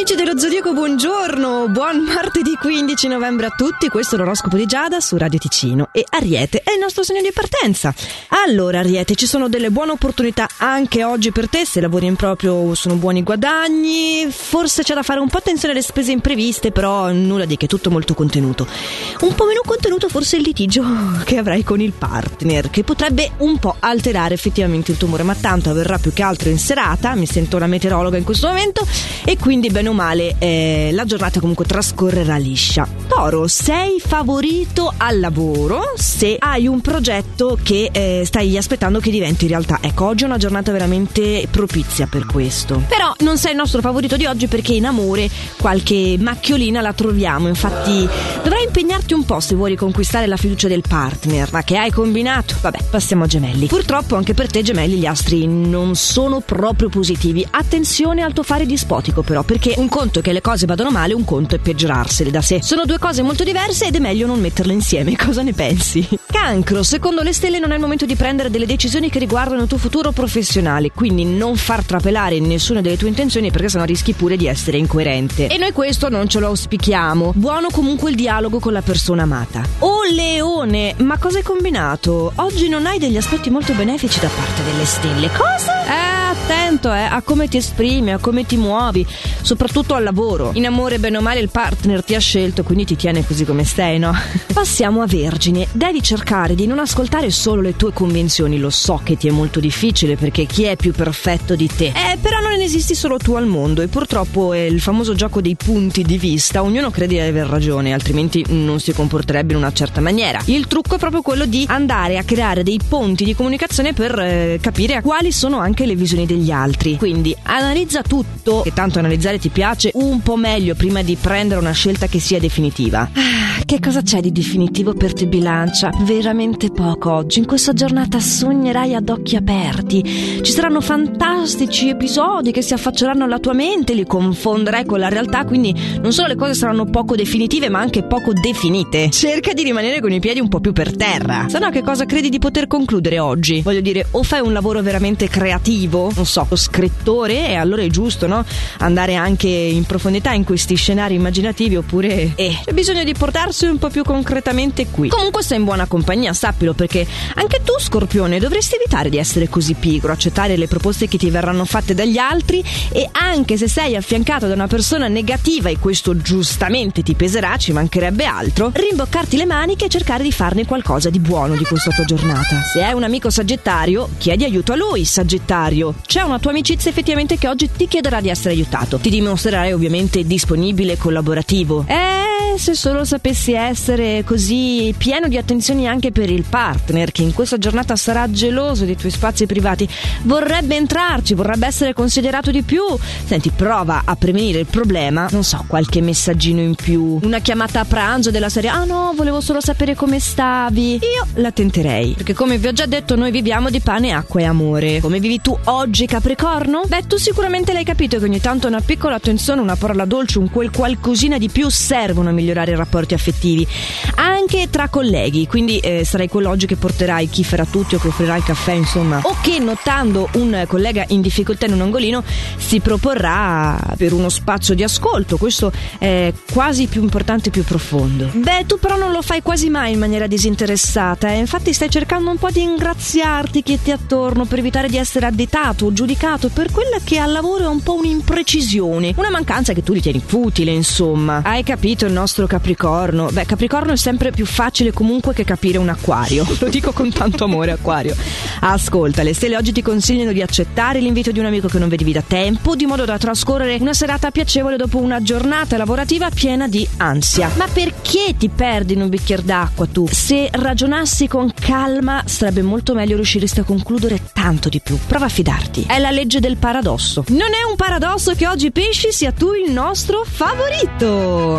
Amici dello Zodiaco, buongiorno, buon martedì 15 novembre a tutti, questo è l'oroscopo di Giada su Radio Ticino e Ariete è il nostro segno di partenza. Allora Ariete, ci sono delle buone opportunità anche oggi per te, se lavori in proprio sono buoni guadagni, forse c'è da fare un po' attenzione alle spese impreviste, però nulla di che, tutto molto contenuto. Un po' meno contenuto forse il litigio che avrai con il partner, che potrebbe un po' alterare effettivamente il tuo umore, ma tanto avverrà più che altro in serata, mi sento una meteorologa in questo momento, e quindi bene o male la giornata comunque trascorrerà liscia. Toro, sei favorito al lavoro se hai un progetto che stai aspettando che diventi realtà. Ecco, oggi è una giornata veramente propizia per questo. Però non sei il nostro favorito di oggi perché in amore qualche macchiolina la troviamo, infatti dovrai impegnarti un po' se vuoi riconquistare la fiducia del partner. Ma che hai combinato? Vabbè, passiamo a Gemelli. Purtroppo anche per te Gemelli gli astri non sono proprio positivi. Attenzione al tuo fare dispotico però, perché un conto è che le cose vadano male, un conto è peggiorarsele da sé. Sono due cose molto diverse ed è meglio non metterle insieme. Cosa ne pensi? Cancro, secondo le stelle non è il momento di prendere delle decisioni che riguardano il tuo futuro professionale, quindi non far trapelare nessuna delle tue intenzioni perché sennò rischi pure di essere incoerente. E noi questo non ce lo auspichiamo. Buono comunque il dialogo con la persona amata. Oh Leone, ma cosa hai combinato? Oggi non hai degli aspetti molto benefici da parte delle stelle. Cosa? Attento a come ti esprimi, a come ti muovi, soprattutto al lavoro. In amore bene o male il partner ti ha scelto, quindi ti tiene così come stai, no? Passiamo a Vergine. Devi cercare di non ascoltare solo le tue convinzioni. Lo so che ti è molto difficile perché chi è più perfetto di te? Però non esisti solo tu al mondo e purtroppo è il famoso gioco dei punti di vista. Ognuno crede di aver ragione, altrimenti non si comporterebbe in una certa maniera. Il trucco è proprio quello di andare a creare dei ponti di comunicazione per capire quali sono anche le visioni degli altri. Quindi analizza tutto, che tanto analizzare ti piace, un po' meglio prima di prendere una scelta che sia definitiva. Che cosa c'è di definitivo per te Bilancia? Veramente poco oggi. In questa giornata sognerai ad occhi aperti. Ci saranno fantastici episodi che si affacceranno alla tua mente, li confonderai con la realtà, quindi non solo le cose saranno poco definitive ma anche poco definite. Cerca di rimanere con i piedi un po' più per terra. Se no, che cosa credi di poter concludere oggi? Voglio dire, o fai un lavoro veramente creativo, non so, lo scrittore, e allora è giusto, no? Andare anche in profondità in questi scenari immaginativi, oppure c'è bisogno di portarsi un po' più concretamente qui. Comunque sei in buona compagnia, sappilo, perché anche tu Scorpione dovresti evitare di essere così pigro, accettare le proposte che ti verranno fatte dagli altri, e anche se sei affiancato da una persona negativa e questo giustamente ti peserà, ci mancherebbe altro, rimboccarti le maniche e cercare di farne qualcosa di buono di questa tua giornata. Se hai un amico Sagittario, chiedi aiuto a lui. Sagittario, c'è una tua amicizia effettivamente che oggi ti chiederà di essere aiutato. Ti dimostrerai ovviamente disponibile e collaborativo. Se solo sapessi essere così pieno di attenzioni anche per il partner, che in questa giornata sarà geloso dei tuoi spazi privati, vorrebbe entrarci, vorrebbe essere considerato di più. Senti, prova a prevenire il problema, non so, qualche messaggino in più, una chiamata a pranzo della serie "ah no, volevo solo sapere come stavi". Io la tenterei, perché come vi ho già detto noi viviamo di pane, acqua e amore. Come vivi tu oggi Capricorno? Beh, tu sicuramente l'hai capito che ogni tanto una piccola attenzione, una parola dolce, un quel qualcosina di più servono a migliorare i rapporti affettivi anche tra colleghi, quindi sarai quello oggi che porterà il kiffer a tutti o che offrirà il caffè, insomma, o che notando un collega in difficoltà in un angolino si proporrà per uno spazio di ascolto. Questo è quasi più importante e più profondo. Beh, tu però non lo fai quasi mai in maniera disinteressata, infatti stai cercando un po' di ingraziarti chi ti è attorno per evitare di essere additato o giudicato per quella che al lavoro è un po' un'imprecisione, una mancanza che tu ritieni futile, insomma. Hai capito il nostro Capricorno? Beh, Capricorno è sempre più facile comunque che capire un Acquario. Lo dico con tanto amore, Acquario. Ascolta, le stelle oggi ti consigliano di accettare l'invito di un amico che non vedevi da tempo, di modo da trascorrere una serata piacevole dopo una giornata lavorativa piena di ansia. Ma perché ti perdi in un bicchiere d'acqua tu? Se ragionassi con calma sarebbe molto meglio, riusciresti a concludere tanto di più. Prova a fidarti. È la legge del paradosso. Non è un paradosso che oggi Pesci sia tu il nostro favorito.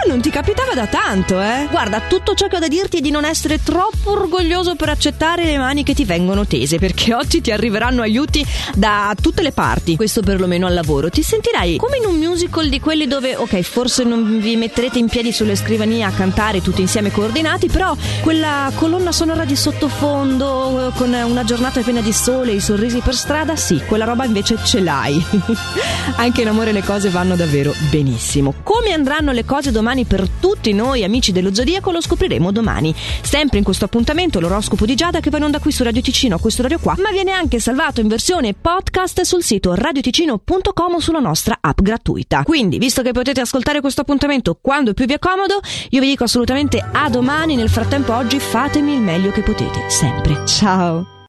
non ti capitava da tanto, eh? Guarda, tutto ciò che ho da dirti è di non essere troppo orgoglioso per accettare le mani che ti vengono tese, perché oggi ti arriveranno aiuti da tutte le parti. Questo perlomeno al lavoro. Ti sentirai come in un musical di quelli dove, ok, forse non vi metterete in piedi sulle scrivanie a cantare tutti insieme coordinati, però quella colonna sonora di sottofondo con una giornata piena di sole e i sorrisi per strada, sì, quella roba invece ce l'hai. Anche in amore le cose vanno davvero benissimo. Come andranno le cose domani per tutti noi amici dello Zodiaco lo scopriremo domani, sempre in questo appuntamento, l'oroscopo di Giada, che va in onda qui su Radio Ticino a questo orario qua, ma viene anche salvato in versione podcast sul sito radioticino.com o sulla nostra app gratuita. Quindi, visto che potete ascoltare questo appuntamento quando più vi è comodo, io vi dico assolutamente a domani. Nel frattempo oggi fatemi il meglio che potete, sempre. Ciao!